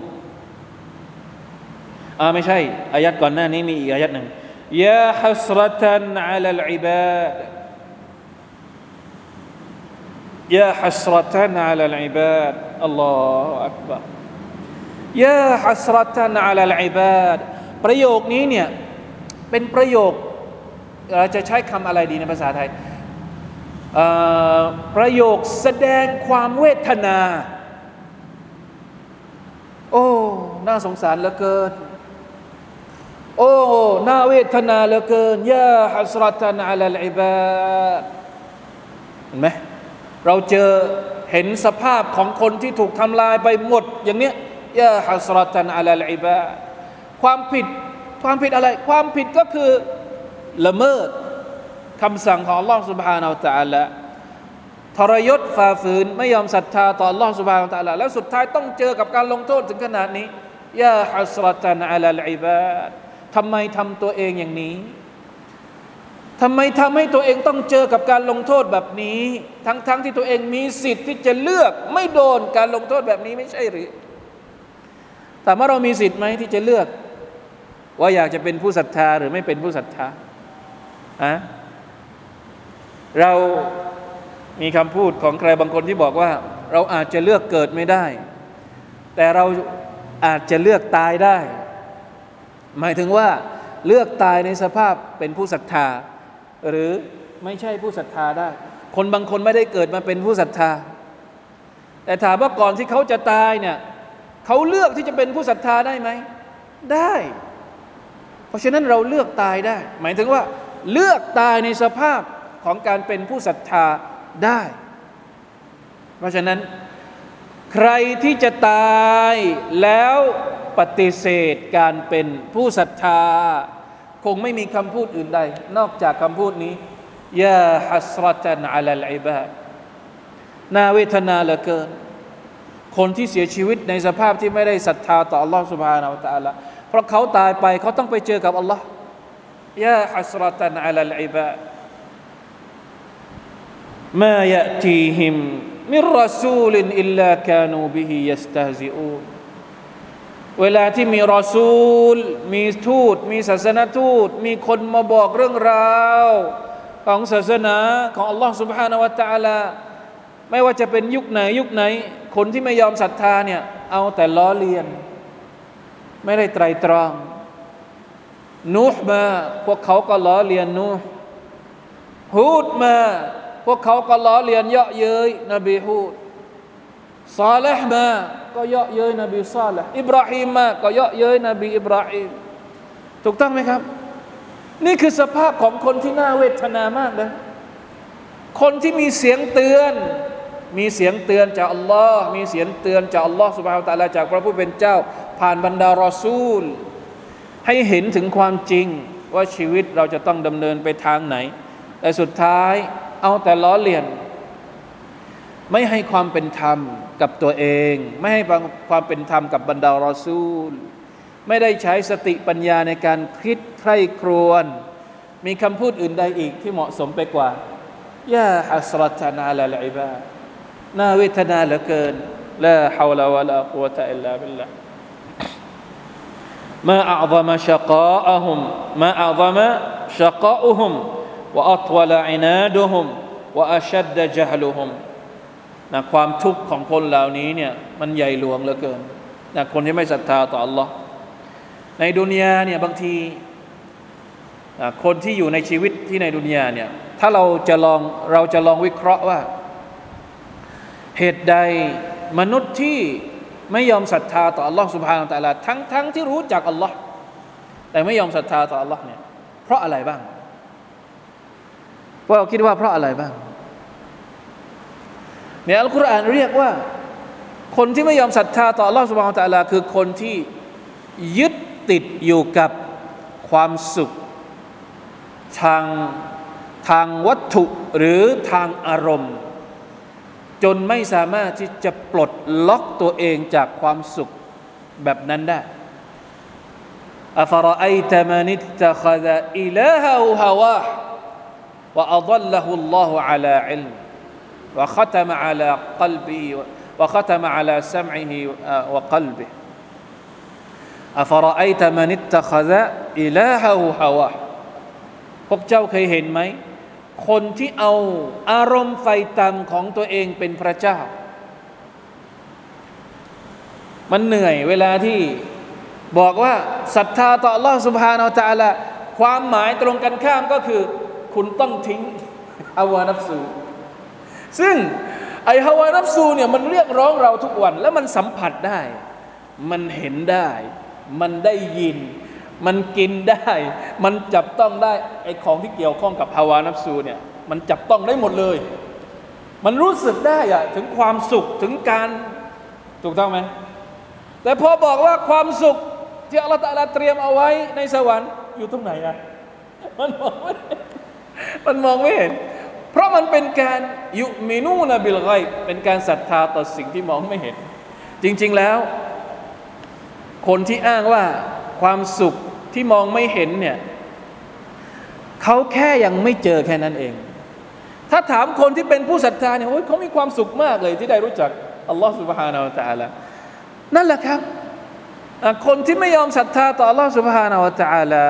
อ่าไม่ใช่อายัดก่อนหน้านี้มีอีกอายัดหนึ่งยาฮัสรตันอะลัลอิบาดยาฮัสรตันอะลัลอิบาดอัลลอฮฺอักบัรยาฮัสรตันอะลัลอิบาดประโยคนี้เนี่ยเป็นประโยคเราจะใช้คำอะไรดีในภาษาไทยประโยคแสดงความเวทนาโอ้น่าสงสารเหลือเกินโอ้น่าเวทนาเหลือเกินยาฮัสรตันอะลัลอิบาดเห็นไหมเราเจอเห็นสภาพของคนที่ถูกทำลายไปหมดอย่างเนี้ยยาฮัสรตันอะลัลอิบาดความผิดความผิดอะไรความผิดก็คือละเมิดคำสั่งของ Allah سبحانه และ تعالى ทรยศฝ่าฝืนไม่ยอมศรัทธาต่อ Allah سبحانه และ تعالى แล้วสุดท้ายต้องเจอกับการลงโทษถึงขนาดนี้ยาฮัสรตันอะลัลอิบาดทำไมทำตัวเองอย่างนี้ทำไมทำให้ตัวเองต้องเจอกับการลงโทษแบบนี้ ทั้งๆ ทที่ตัวเองมีสิทธิ์ที่จะเลือกไม่โดนการลงโทษแบบนี้ไม่ใช่หรือแต่ว่าเรามีสิทธิ์ไหมที่จะเลือกว่าอยากจะเป็นผู้ศรัทธาหรือไม่เป็นผู้ศรัทธาอะเรามีคำพูดของใครบางคนที่บอกว่าเราอาจจะเลือกเกิดไม่ได้แต่เราอาจจะเลือกตายได้หมายถึงว่าเลือกตายในสภาพเป็นผู้ศรัทธาหรือไม่ใช่ผู้ศรัทธาได้คนบางคนไม่ได้เกิดมาเป็นผู้ศรัทธาแต่ถามว่าก่อนที่เขาจะตายเนี่ยเขาเลือกที่จะเป็นผู้ศรัทธาได้ไหมได้เพราะฉะนั้นเราเลือกตายได้หมายถึงว่าเลือกตายในสภาพของการเป็นผู้ศรัทธาได้เพราะฉะนั้นใครที่จะตายแล้วปฏิเสธการเป็นผู้ศรัทธาคงไม่มีคำพูดอื่นใดนอกจากคำพูดนี้ยาฮัสรตันอะลัลอิบาดน่าเวทนาเหลือเกินคนที่เสียชีวิตในสภาพที่ไม่ได้ศรัทธาต่อ Allah سبحانه และ تعالى เพราะเขาตายไปเขาต้องไปเจอกับ Allah ยาฮัสรตันอะลัลอิบาดมายะตีฮิมมิรรอซูลินอิลลากานูบิฮิยัสตะฮซิอูนเวลาที่มีรอซูลมีทูตมีศาสนทูตมีคนมาบอกเรื่องราวของศาสนาของ Allah سبحانه และ تعالى ไม่ว่าจะเป็นยุคไหนยุคไหนคนที่ไม่ยอมศรัทธาเนี่ยเอาแต่ล้อเลียนไม่ได้ไตรตรองนูห์มาพวกเขาก็ล้อเลียนนูห์ฮูดมาพวกเขาก็ล้อเลียนเยาะเย้ยนบีฮูดซอลิห์มาก็เยาะเย้ยนบีซอลิห์อิบราฮีมมาก็เยาะเย้ยนบีอิบราฮีมถูกต้องไหมครับนี่คือสภาพของคนที่น่าเวทนามากนะคนที่มีเสียงเตือนมีเสียงเตือนจากอัลลอฮ์มีเสียงเตือนจากอัลลอฮ์ซุบฮานะฮูวะตะอาลาจากพระผู้เป็นเจ้าผ่านบรรดารอซูลให้เห็นถึงความจริงว่าชีวิตเราจะต้องดำเนินไปทางไหนแต่สุดท้ายเอาแต่ล้อเลียนไม่ให้ความเป็นธรรมกับตัวเองไม่ให้ความเป็นธรรมกับบรรดารอซูลไม่ได้ใช้สติปัญญาในการคิดใคร่ครวญมีคำพูดอื่นใดอีกที่เหมาะสมไปกว่ายาฮัสรตันอะลัลอิบาดน่าเวทนาเหลือเกินลาฮาวลาวะลากุวะตะอิลลาบิลลาห์มาอัฆมะชะกาอะฮุมมาอัฆมะชะกาอุฮุมวะอัตวะลอินาดุฮุมวะอัชัดดะญะฮลุฮุมนะความทุกข์ของคนเหล่านี้เนี่ยมันใหญ่หลวงเหลือเกินนะคนที่ไม่ศรัทธาต่อ Allah ในดุนยาเนี่ยบางทีคนที่อยู่ในชีวิตที่ในดุนยาเนี่ยถ้าเราจะลองเราจะลองวิเคราะห์ว่าเหตุใดมนุษย์ที่ไม่ยอมศรัทธาต่อ Allah سبحانه และ تعالى ทั้งทั้งที่รู้จัก Allah แต่ไม่ยอมศรัทธาต่อ Allah เนี่ยเพราะอะไรบ้างพวกเราคิดว่าเพราะอะไรบ้างในอัลกุรอานเรียกว่าคนที่ไม่ยอมศรัทธาต่อ Allah سبحانه และ تعالى คือคนที่ยึดติดอยู่กับความสุขทางทางวัตถุหรือทางอารมณ์จนไม่สามารถที่จะปลดล็อกตัวเองจากความสุขแบบนั้นได้อัฟรออัยตะมันิตตะคซะอิลาฮะฮาวาฮ์วะอัฎลละฮุลลอฮุอะลาอิลมวะฆะตะมะอะลากัลบิฮิวะฆะตะมะอะลาซัมอิฮิวะกัลบิฮิอัฟรออัยตะมันิตตะคซะอิลาฮะฮาวาฮ์พวกเจ้าเคยเห็นไหมคนที่เอาอารมณ์ไฟต่ำของตัวเองเป็นพระเจ้ามันเหนื่อยเวลาที่บอกว่าศรัทธาต่อ Allah سبحانه และ تعالى ความหมายตรงกันข้ามก็คือคุณต้องทิ้งฮาวานัฟซูซึ่งไอ้ฮาวานัฟซูเนี่ยมันเรียกร้องเราทุกวันแล้วมันสัมผัสได้มันเห็นได้มันได้ยินมันกินได้มันจับต้องได้ไอ้ของที่เกี่ยวข้องกับฮาวานัฟซูเนี่ยมันจับต้องได้หมดเลยมันรู้สึกได้อะถึงความสุขถึงการถูกต้องไหมแต่พอบอกว่าความสุขที่อัลเลาะห์ตะอาลาเตรียมเอาไว้ในสวรรค์อยู่ตรงไหนอะมันมองไม่มันมองไม่เห็นเพราะมันเป็นการยุมินูนะบิลฆอยบเป็นการศรัทธาต่อสิ่งที่มองไม่เห็นจริงๆแล้วคนที่อ้างว่าความสุขที่มองไม่เห็นเนี่ยเขาแค่ยังไม่เจอแค่นั้นเองถ้าถามคนที่เป็นผู้ศรัทธาเนี่ยโอ้ยเขามีความสุขมากเลยที่ได้รู้จักอัลลอฮฺ سبحانه และ تعالى นั่นแหละครับคนที่ไม่ยอมศรัทธาต่ออัลลอฮฺ سبحانه และ تعالى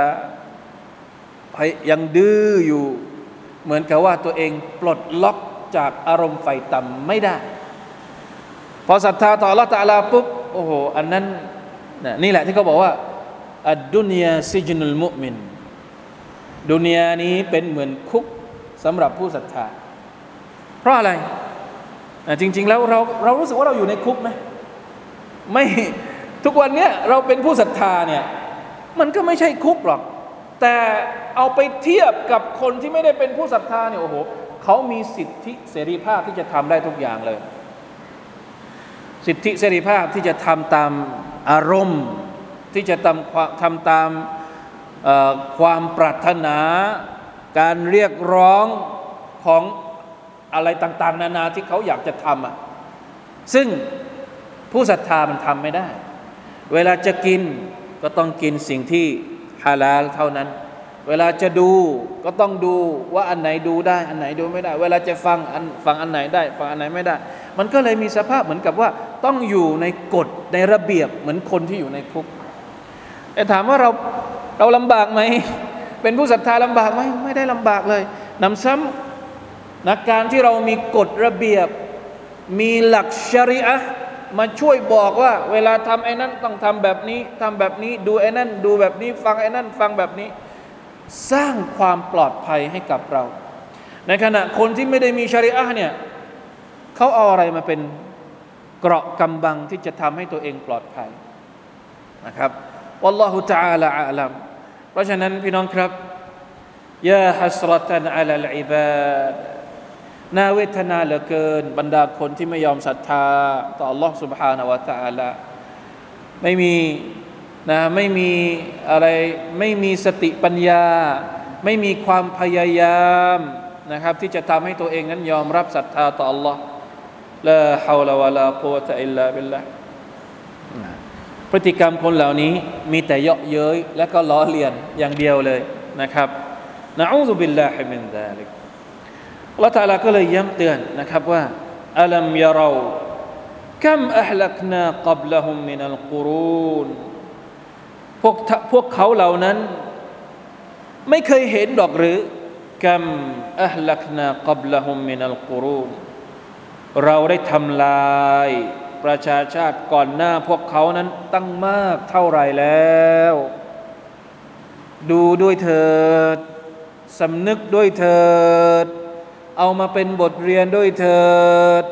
ยังดื้ออยู่เหมือนกับว่าตัวเองปลดล็อกจากอารมณ์ไฟต่ำไม่ได้พอศรัทธาต่ออัลลอฮฺ تعالى ปุ๊บโอ้โหอันนั้นนี่แหละที่เขาบอกว่าอัดดุนยาซิจนุลมุอ์มินดุนยานี้เป็นเหมือนคุกสำหรับผู้ศรัทธาเพราะอะไรจริงๆแล้วเราเรารู้สึกว่าเราอยู่ในคุกไหมไม่ทุกวันเนี้ยเราเป็นผู้ศรัทธาเนี่ยมันก็ไม่ใช่คุกหรอกแต่เอาไปเทียบกับคนที่ไม่ได้เป็นผู้ศรัทธาเนี่ยโอ้โหเขามีสิทธิเสรีภาพที่จะทำได้ทุกอย่างเลยสิทธิเสรีภาพที่จะทำตามอารมณ์ที่จะทำทำตามความปรารถนาการเรียกร้องของอะไรต่างๆนานาที่เขาอยากจะทำอ่ะซึ่งผู้ศรัทธามันทำไม่ได้เวลาจะกินก็ต้องกินสิ่งที่ฮาลาลเท่านั้นเวลาจะดูก็ต้องดูว่าอันไหนดูได้อันไหนดูไม่ได้เวลาจะฟังอันฟังอันไหนได้ฟังอันไหนไม่ได้มันก็เลยมีสภาพเหมือนกับว่าต้องอยู่ในกฎในระเบียบเหมือนคนที่อยู่ในคุกแต่ถามว่าเราเราลำบากไหมเป็นผู้ศรัทธาลำบากไหมไม่ได้ลำบากเลยนำซ้ำนักการที่เรามีกฎระเบียบมีหลักชะรีอะห์มาช่วยบอกว่าเวลาทำไอ้นั่นต้องทำแบบนี้ทำแบบนี้ดูไอ้นั่นดูแบบนี้ฟังไอ้นั่นฟังแบบนี้สร้างความปลอดภัยให้กับเราในขณะคนที่ไม่ได้มีชะรีอะห์เนี่ยเขาเอาอะไรมาเป็นเกราะกำบังที่จะทำให้ตัวเองปลอดภัยนะครับวัลลอฮุตะอาลาอะลัมเพราะฉะนั้นพี่น้องครับยาฮัสรตันอะลัลอิบาดน่าเวทนาเหลือเกินบรรดาคนที่ไม่ยอมศรัทธาต่อ Allah سبحانه และ تعالى ไม่มีนะไม่มีอะไรไม่มีสติปัญญาไม่มีความพยายามนะครับที่จะทำให้ตัวเองนั้นยอมรับศรัทธาต่อ Allah ลาฮาวละวะลากุวะตะอิลลาบิลลาห์พฤติกรรมคนเหล่านี้มีแต่เยาะเย้ยและก็ล้อเลียนอย่างเดียวเลยนะครับนะอูซุบิลลาฮิมินซาลิกอัลเลาะห์ตะอาลาก็เลยย้ำเตือนนะครับว่าอะลัมยะเราคัมอะฮลักนากับละฮุมมินัลกุรูนพวกพวกเขาเหล่านั้นไม่เคยเห็นดอกหรือคัมอะฮลักนากับละฮุมมินัลกุรูนเราได้ทำลายประชาชาติก่อนหน้าพวกเขานั้นตั้งมากเท่าไหร่แล้วดูด้วยเถิดสำนึกด้วยเถิดเอามาเป็นบทเรียนด้วยเถิด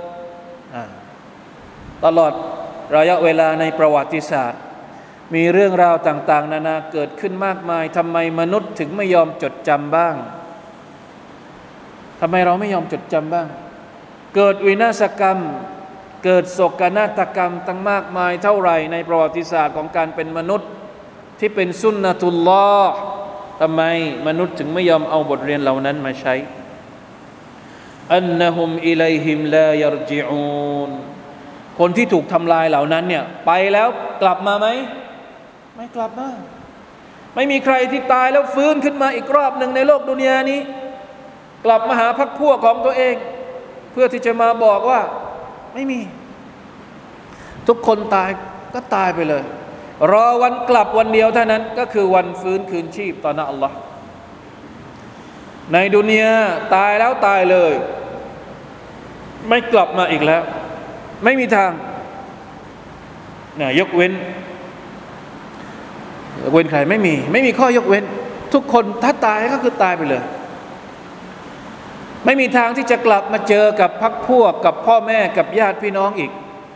ตลอดระยะเวลาในประวัติศาสตร์มีเรื่องราวต่างๆนานาเกิดขึ้นมากมายทำไมมนุษย์ถึงไม่ยอมจดจำบ้างทำไมเราไม่ยอมจดจำบ้างเกิดวินาศกรรมเกิดโศกนาฏกรรมตั้งมากมายเท่าไหร่ในประวัติศาสตร์ของการเป็นมนุษย์ที่เป็นสุนนะตุลลอฮ์ทำไมมนุษย์ถึงไม่ยอมเอาบทเรียนเหล่านั้นมาใช้อันนะฮุมอิลัยฮิมลายรจิอูนคนที่ถูกทำลายเหล่านั้นเนี่ยไปแล้วกลับมาไหมไม่กลับมาไม่มีใครที่ตายแล้วฟื้นขึ้นมาอีกรอบหนึ่งในโลกดุนยานี้กลับมาหาพรรคพวกของตัวเองเพื่อที่จะมาบอกว่าไม่มีทุกคนตายก็ตายไปเลยรอวันกลับวันเดียวเท่านั้นก็คือวันฟื้นคืนชีพต่อหน้าอัลลอฮ์ในดุนยาตายแล้วตายเลยไม่กลับมาอีกแล้วไม่มีทางเนี่ยยกเว้นยกเว้นใครไม่มีไม่มีข้อยกเว้นทุกคนถ้าตายก็คือตายไปเลยไม่มีทางที่จะกลับมาเจอกับพรรคพวกกับพ่อแม่กับญาติพี่น้องอีก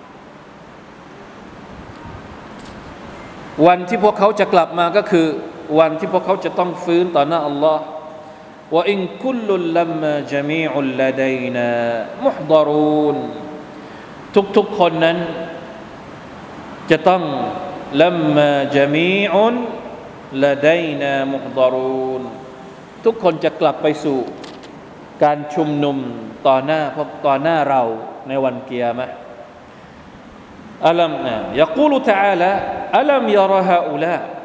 วันที่พวกเขาจะกลับมาก็คือวันที่พวกเขาจะต้องฟื้นต่อหน้าอัลลอฮ์ว่าอินคุลลุลลัมมาญะมีอุลลดัยนามุฮฎอรูนทุกๆคนนั้นจะต้องลัมมาญะมีอุลลดัยนามุฮฎอรูนทุกคนจะกลับไปสู่การชุมนุมต่อหน้าพวกต่อหน้าเราในวันกิยามะห์อัลัมนะยะกูลุตะอาลาอัลัมยะรอฮาอุลา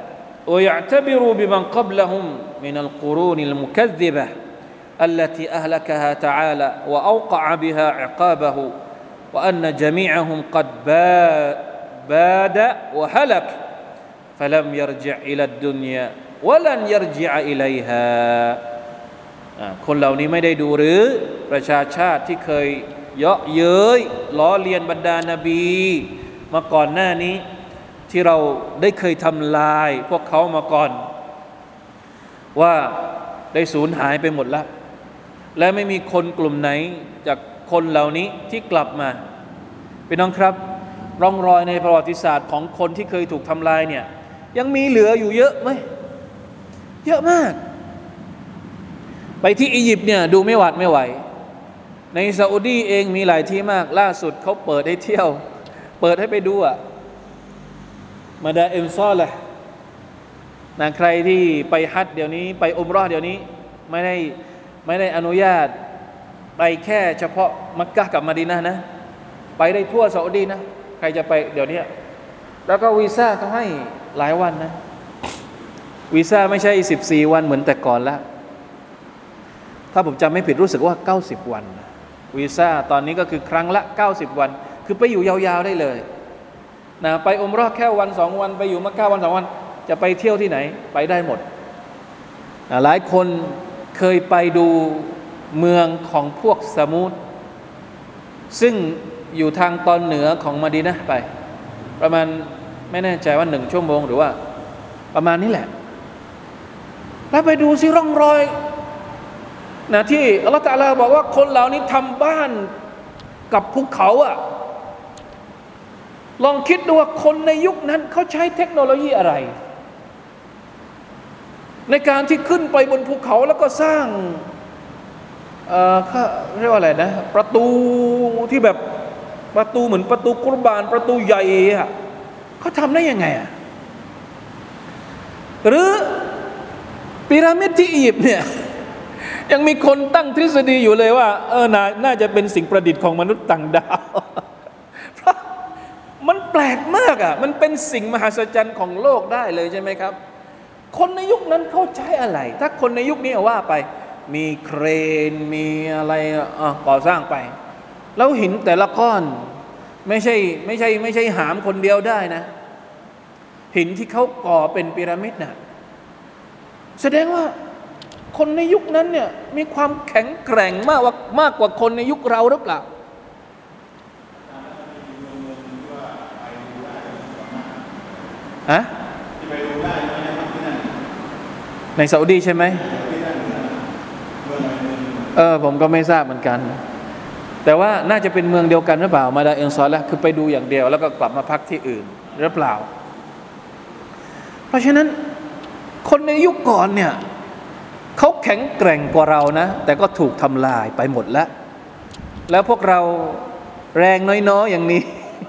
ويعتبروا بمن قبلهم من القرون المكذبة التي أهلكها تعالى وأوقع بها عقابه وأن جميعهم قد باد وهلك فلم يرجع إلى الدنيا ولن يرجع إليها คนเหล่านี้ไม่ได้ดูหรือประชาชาติที่เคยเยาะเย้ยล้อเลียนบรรดานบีมาก่อนหน้านี้ที่เราได้เคยทำลายพวกเขามาก่อนว่าได้สูญหายไปหมดแล้วและไม่มีคนกลุ่มไหนจากคนเหล่านี้ที่กลับมาพี่น้องครับร่องรอยในประวัติศาสตร์ของคนที่เคยถูกทำลายเนี่ยยังมีเหลืออยู่เยอะไหมเยอะมากไปที่อียิปต์เนี่ยดูไม่หวาดไม่ไหวในซาอุดีเองมีหลายที่มากล่าสุดเขาเปิดให้เที่ยวเปิดให้ไปดูอ่ะมาดาเอ็มซอลแหละนะใครที่ไปฮัจญ์เดี๋ยวนี้ไปอุมเราะห์เดี๋ยวนี้ไม่ได้ไม่ได้อนุญาตไปแค่เฉพาะมักกะฮ์กับมะดีนะห์นะไปได้ทั่วซาอุดีนะใครจะไปเดี๋ยวนี้แล้วก็วีซ่าเขาให้หลายวันนะวีซ่าไม่ใช่สิบสี่วันเหมือนแต่ก่อนแล้วถ้าผมจำไม่ผิดรู้สึกว่าเก้าสิบวันวีซ่าตอนนี้ก็คือครั้งละเก้าสิบวันคือไปอยู่ยาวๆได้เลยนะไปอุมเราะห์แค่วันสองวันไปอยู่มักกะฮ์วันสองวันจะไปเที่ยวที่ไหนไปได้หมดนะหลายคนเคยไปดูเมืองของพวกสมูดซึ่งอยู่ทางตอนเหนือของมะดีนะห์ไปประมาณไม่แน่ใจว่าหนึ่งชั่วโมงหรือว่าประมาณนี้แหละแล้วไปดูสิร่องรอยนะที่อัลเลาะห์ตะอาลาบอกว่าคนเหล่านี้ทำบ้านกับภูเขาอ่ะลองคิดดูว่าคนในยุคนั้นเขาใช้เทคโนโลยีอะไรในการที่ขึ้นไปบนภูเขาแล้วก็สร้างเอ่อเขาเรียกว่าอะไรนะประตูที่แบบประตูเหมือนประตูกุรบานประตูใหญ่อ่ะเขาทำได้ยังไงอ่ะหรือพีระมิดที่อียิปต์เนี่ยยังมีคนตั้งทฤษฎีอยู่เลยว่าเออน่าน่าจะเป็นสิ่งประดิษฐ์ของมนุษย์ต่างดาวเพราะมันแปลกมากอ่ะมันเป็นสิ่งมหัศจรรย์ของโลกได้เลยใช่ไหมครับคนในยุคนั้นเขาใช้อะไรถ้าคนในยุคนี้ว่าไปมีเครนมีอะไรอ่ะก่อสร้างไปแล้วหินแต่ละก้อนไม่ใช่ไม่ใช่ไม่ใช่หามคนเดียวได้นะหินที่เขาก่อเป็นพีระมิดน่ะแสดงว่าคนในยุคนั้นเนี่ยมีความแข็งแกร่งมากมากกว่าคนในยุคเราหรือเปล่าฮะในซาอุดีใช่ไหมเออผมก็ไม่ทราบเหมือนกันแต่ว่าน่าจะเป็นเมืองเดียวกันหรือเปล่ามาดาเอ็นซอลแล้วคือไปดูอย่างเดียวแล้วก็กลับมาพักที่อื่นหรือเปล่าเพราะฉะนั้นคนในยุคก่อนเนี่ยเขาแข็งแกร่งกว่าเรานะแต่ก็ถูกทำลายไปหมดแล้วแล้วพวกเราแรงน้อยๆอย่างนี้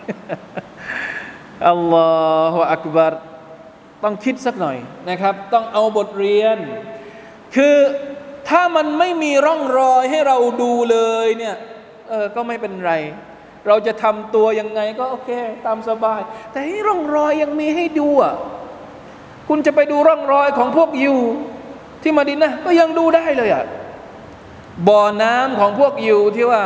อัลลอฮฺอักบัรต้องคิดสักหน่อยนะครับต้องเอาบทเรียนคือถ้ามันไม่มีร่องรอยให้เราดูเลยเนี่ยเออก็ไม่เป็นไรเราจะทำตัวยังไงก็โอเคตามสบายแต่ให้ร่องรอยยังมีให้ดูอ่ะคุณจะไปดูร่องรอยของพวกยูที่มะดีนะห์ก็ยังดูได้เลยอ่ะบ่อน้ำของพวกยูที่ว่า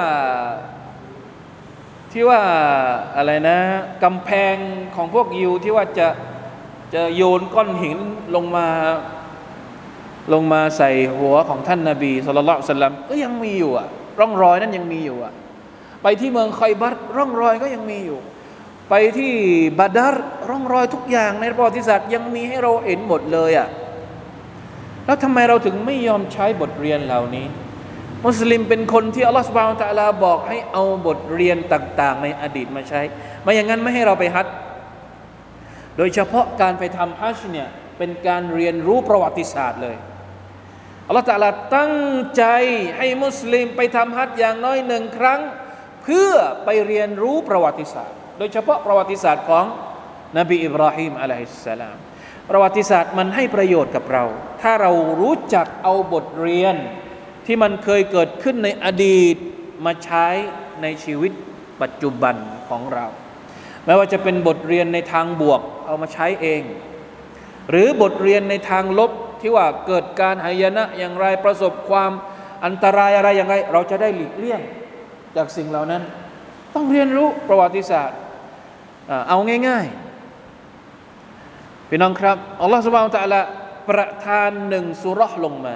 ที่ว่าอะไรนะกำแพงของพวกยูที่ว่าจะจะโยนก้อนหินลงมาลงมาใส่หัวของท่านนบีศ็อลลัลลอฮุอะลัยฮิวะซัลลัมก็ยังมีอยู่อ่ะร่องรอยนั้นยังมีอยู่อ่ะไปที่เมืองไคบัรร่องรอยก็ยังมีอยู่ไปที่บาดาร์ร่องรอยทุกอย่างในประวัติศาสตร์ยังมีให้เราเห็นหมดเลยอ่ะแล้วทำไมเราถึงไม่ยอมใช้บทเรียนเหล่านี้มุสลิมเป็นคนที่อัลลอฮฺซุบฮานะฮูวะตะอาลาบอกให้เอาบทเรียนต่างๆในอดีตมาใช้ไม่อย่างนั้นไม่ให้เราไปฮัจญ์โดยเฉพาะการไปทำฮัจญ์เนี่ยเป็นการเรียนรู้ประวัติศาสตร์เลยอัลลอฮฺตะอาลาตั้งใจให้มุสลิมไปทำฮัจญ์อย่างน้อยหนึ่งครั้งเพื่อไปเรียนรู้ประวัติศาสตร์โดยเฉพาะประวัติศาสตร์ของนบีอิบราฮิมอะลัยฮิสสลามประวัติศาสตร์มันให้ประโยชน์กับเราถ้าเรารู้จักเอาบทเรียนที่มันเคยเกิดขึ้นในอดีตมาใช้ในชีวิตปัจจุบันของเราไม่ว่าจะเป็นบทเรียนในทางบวกเอามาใช้เองหรือบทเรียนในทางลบที่ว่าเกิดการหายนะอย่างไรประสบความอันตรายอะไรอย่างไรเราจะได้หลีกเลี่ยงจากสิ่งเหล่านั้นต้องเรียนรู้ประวัติศาสตร์เอาง่ายๆพี่น้องครับอัลลอฮฺซุบฮานะฮูวะตะอาลาประทานหนึ่งซูเราะห์ลงมา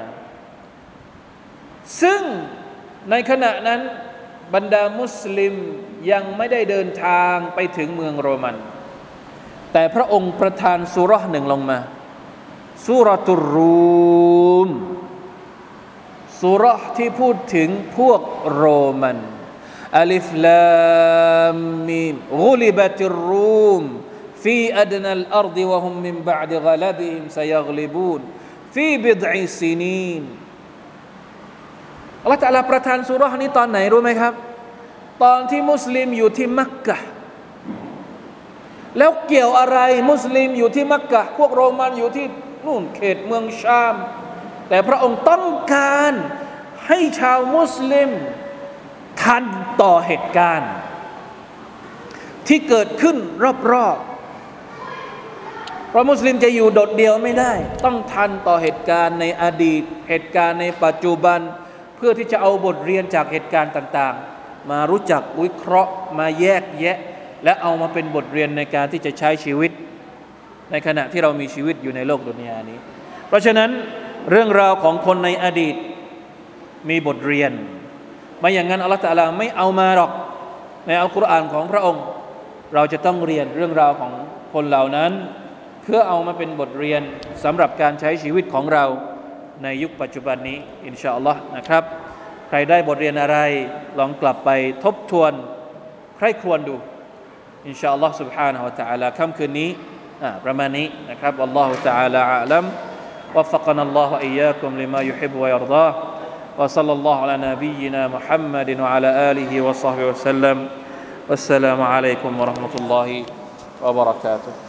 ซึ่งในขณะนั้นบรรดามุสลิมยังไม่ได้เดินทางไปถึงเมืองโรมันแต่พระองค์ประทานซูเราะห์หนึ่งลงมาซูเราะตุรรูมซูเราะห์ที่พูดถึงพวกโรมันอัลิฟลามมีมกุลิบัติรรูมฟีอัดนัลอัรฎิวะฮุมมินบะอ์ฎิฆะลับิฮิมซะยัฆลิบูนฟีบิฎอิซินีนอัลเลาะห์ตะอาลาประทานซูเราะห์นี้ตอนไหนรู้ไหมครับตอนที่มุสลิมอยู่ที่มักกะห์แล้วเกี่ยวอะไรมุสลิมอยู่ที่มักกะห์พวกโรมันอยู่ที่นู่นเขตเมืองชามแต่พระองค์ต้องการให้ชาวมุสลิมทันต่อเหตุการณ์ที่เกิดขึ้นรอบๆเพราะมุสลิมจะอยู่โดดเดี่ยวไม่ได้ต้องทันต่อเหตุการณ์ในอดีตเหตุการณ์ในปัจจุบันเพื่อที่จะเอาบทเรียนจากเหตุการณ์ต่างๆมารู้จักวิเคราะห์มาแยกแยะและเอามาเป็นบทเรียนในการที่จะใช้ชีวิตในขณะที่เรามีชีวิตอยู่ในโลกดุนยานี้เพราะฉะนั้นเรื่องราวของคนในอดีตมีบทเรียนไม่อย่างนั้นอัลเลาะห์ตะอาลาไม่เอามาหรอกในอัลกุรอานของพระองค์เราจะต้องเรียนเรื่องราวของคนเหล่านั้นเพื่อเอามาเป็นบทเรียนสำหรับการใช้ชีวิตของเราในยุคปัจจุบันนี้อินชาอัลลอฮ์นะครับใครได้บทเรียนอะไรลองกลับไปทบทวนใครควรดูอินชาอัลลอฮ์ سبحانه และ تعالى ค่ำคืนนี้ประมาณนี้นะครับอัลลอฮฺ تعالى أعلم وفقنا الله وإياكم لما يحب ويرضاه وصلى الله على نبينا محمد وعلى آله وصحبه وسلم والسلام عليكم ورحمة الله وبركاته